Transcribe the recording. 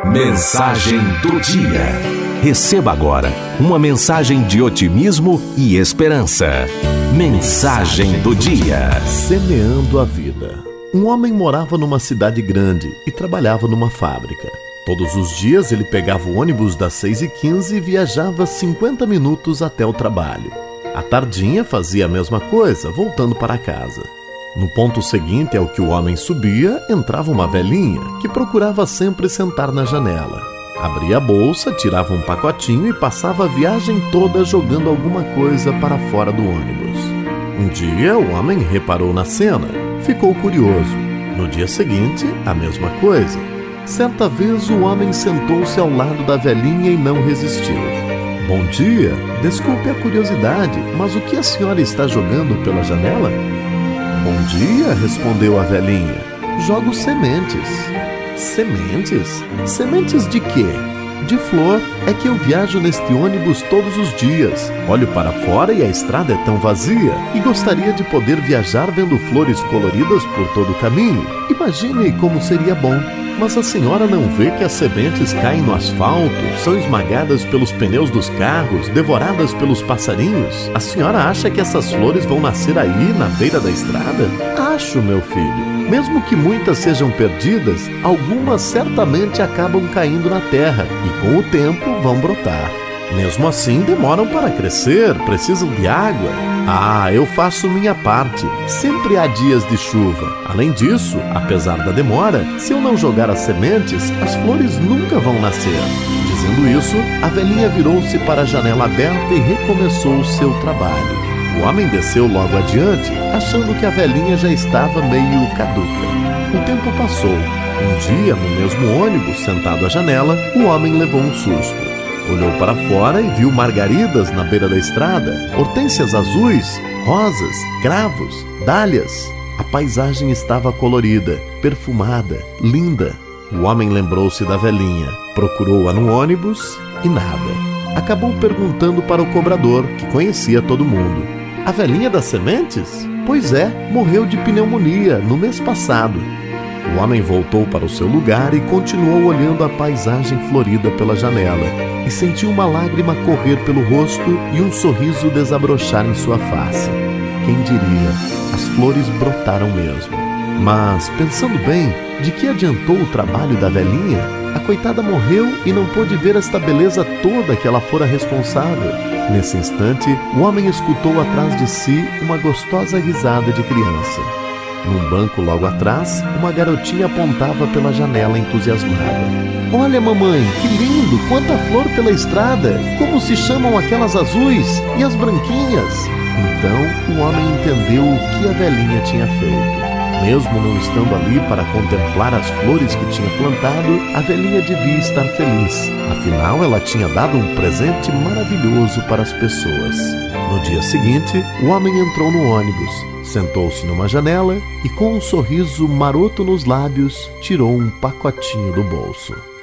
Mensagem do dia. Receba agora uma mensagem de otimismo e esperança. Mensagem do dia. Semeando a vida. Um homem morava numa cidade grande e trabalhava numa fábrica. Todos os dias ele pegava o ônibus das 6h15 e viajava 50 minutos até o trabalho. À tardinha fazia a mesma coisa, voltando para casa. No ponto seguinte ao que o homem subia, entrava uma velhinha que procurava sempre sentar na janela. Abria a bolsa, tirava um pacotinho e passava a viagem toda jogando alguma coisa para fora do ônibus. Um dia o homem reparou na cena, ficou curioso. No dia seguinte, a mesma coisa. Certa vez o homem sentou-se ao lado da velhinha e não resistiu. "Bom dia, desculpe a curiosidade, mas o que a senhora está jogando pela janela?" "Bom dia", respondeu a velhinha. "Jogo sementes." "Sementes? Sementes de quê?" "De flor. É que eu viajo neste ônibus todos os dias. Olho para fora e a estrada é tão vazia. E gostaria de poder viajar vendo flores coloridas por todo o caminho. Imagine como seria bom. Mas a senhora não vê que as sementes caem no asfalto, são esmagadas pelos pneus dos carros, devoradas pelos passarinhos? A senhora acha que essas flores vão nascer aí, na beira da estrada?" "Acho, meu filho. Mesmo que muitas sejam perdidas, algumas certamente acabam caindo na terra e com o tempo vão brotar. Mesmo assim, demoram para crescer, precisam de água." "Ah, eu faço minha parte. Sempre há dias de chuva. Além disso, apesar da demora, se eu não jogar as sementes, as flores nunca vão nascer." Dizendo isso, a velhinha virou-se para a janela aberta e recomeçou o seu trabalho. O homem desceu logo adiante, achando que a velhinha já estava meio caduca. O tempo passou. Um dia, no mesmo ônibus, sentado à janela, o homem levou um susto. Olhou para fora e viu margaridas na beira da estrada, hortênsias azuis, rosas, cravos, dálias. A paisagem estava colorida, perfumada, linda. O homem lembrou-se da velhinha, procurou-a no ônibus e nada. Acabou perguntando para o cobrador, que conhecia todo mundo. "A velhinha das sementes?" "Pois é, morreu de pneumonia no mês passado." O homem voltou para o seu lugar e continuou olhando a paisagem florida pela janela, e sentiu uma lágrima correr pelo rosto e um sorriso desabrochar em sua face. Quem diria, as flores brotaram mesmo. Mas, pensando bem, de que adiantou o trabalho da velhinha? A coitada morreu e não pôde ver esta beleza toda que ela fora responsável. Nesse instante, o homem escutou atrás de si uma gostosa risada de criança. Num banco logo atrás, uma garotinha apontava pela janela entusiasmada. "Olha, mamãe, que lindo! Quanta flor pela estrada! Como se chamam aquelas azuis e as branquinhas?" Então o homem entendeu o que a velhinha tinha feito. Mesmo não estando ali para contemplar as flores que tinha plantado, a velhinha devia estar feliz. Afinal, ela tinha dado um presente maravilhoso para as pessoas. No dia seguinte, o homem entrou no ônibus, sentou-se numa janela e, com um sorriso maroto nos lábios, tirou um pacotinho do bolso.